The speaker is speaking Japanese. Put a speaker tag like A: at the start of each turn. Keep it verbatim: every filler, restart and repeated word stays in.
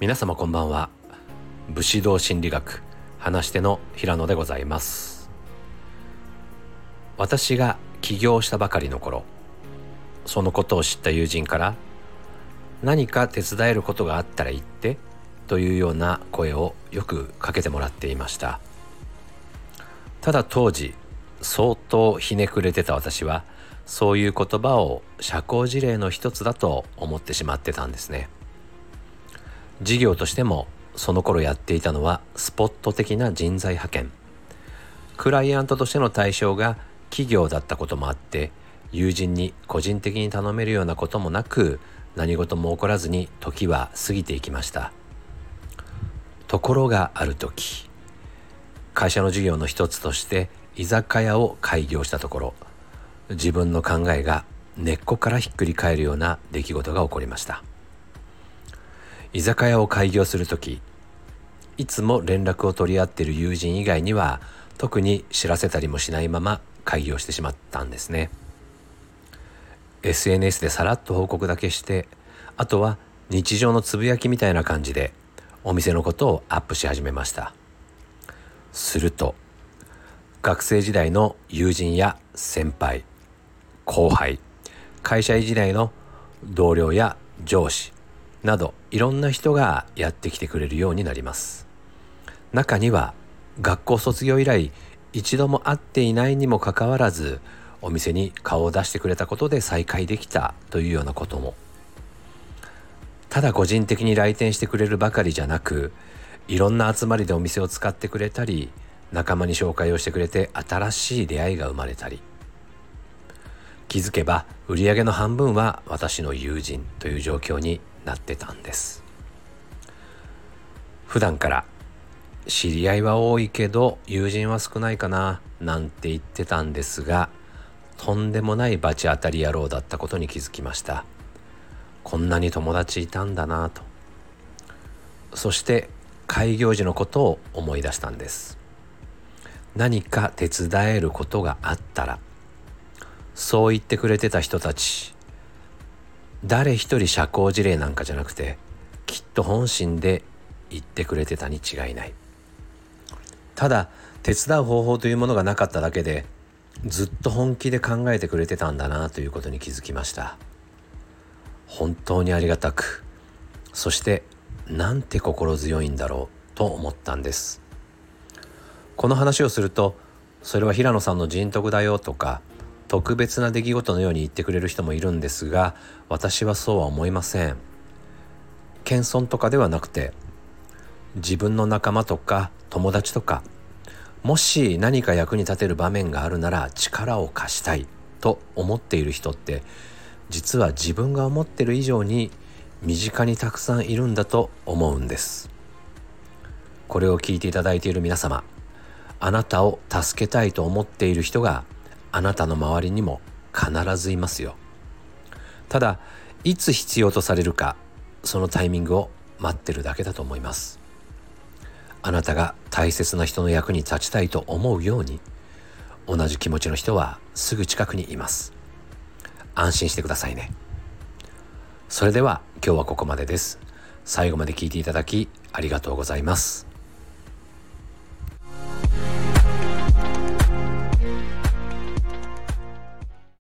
A: 皆様こんばんは。武士道心理学話し手の平野でございます。私が起業したばかりの頃、そのことを知った友人から何か手伝えることがあったら言ってというような声をよくかけてもらっていました。ただ当時相当ひねくれてた私は、そういう言葉を社交辞令の一つだと思ってしまってたんですね。事業としてもその頃やっていたのはスポット的な人材派遣。クライアントとしての対象が企業だったこともあって、友人に個人的に頼めるようなこともなく、何事も起こらずに時は過ぎていきました。ところがある時、会社の事業の一つとして居酒屋を開業したところ、自分の考えが根っこからひっくり返るような出来事が起こりました。居酒屋を開業するとき、いつも連絡を取り合っている友人以外には特に知らせたりもしないまま開業してしまったんですね。 エスエヌエス でさらっと報告だけして、あとは日常のつぶやきみたいな感じでお店のことをアップし始めました。すると学生時代の友人や先輩、後輩、会社員時代の同僚や上司など、いろんな人がやってきてくれるようになります。中には学校卒業以来一度も会っていないにもかかわらず、お店に顔を出してくれたことで再会できたというようなことも。ただ個人的に来店してくれるばかりじゃなく、いろんな集まりでお店を使ってくれたり、仲間に紹介をしてくれて新しい出会いが生まれたり、気づけば売り上げの半分は私の友人という状況になってたんです。普段から知り合いは多いけど友人は少ないかななんて言ってたんですが、とんでもないバチ当たり野郎だったことに気づきました。こんなに友達いたんだなと。そして開業時のことを思い出したんです。何か手伝えることがあったら、そう言ってくれてた人たち、誰一人社交辞令なんかじゃなくて、きっと本心で言ってくれてたに違いない。ただ手伝う方法というものがなかっただけで、ずっと本気で考えてくれてたんだなということに気づきました。本当にありがたく、そしてなんて心強いんだろうと思ったんです。この話をすると、それは平野さんの人徳だよとか、特別な出来事のように言ってくれる人もいるんですが、私はそうは思いません。謙遜とかではなくて、自分の仲間とか友達とか、もし何か役に立てる場面があるなら力を貸したいと思っている人って、実は自分が思っている以上に身近にたくさんいるんだと思うんです。これを聞いていただいている皆様、あなたを助けたいと思っている人があなたの周りにも必ずいますよ。ただいつ必要とされるか、そのタイミングを待ってるだけだと思います。あなたが大切な人の役に立ちたいと思うように、同じ気持ちの人はすぐ近くにいます。安心してくださいね。それでは今日はここまでです。最後まで聞いていただきありがとうございます。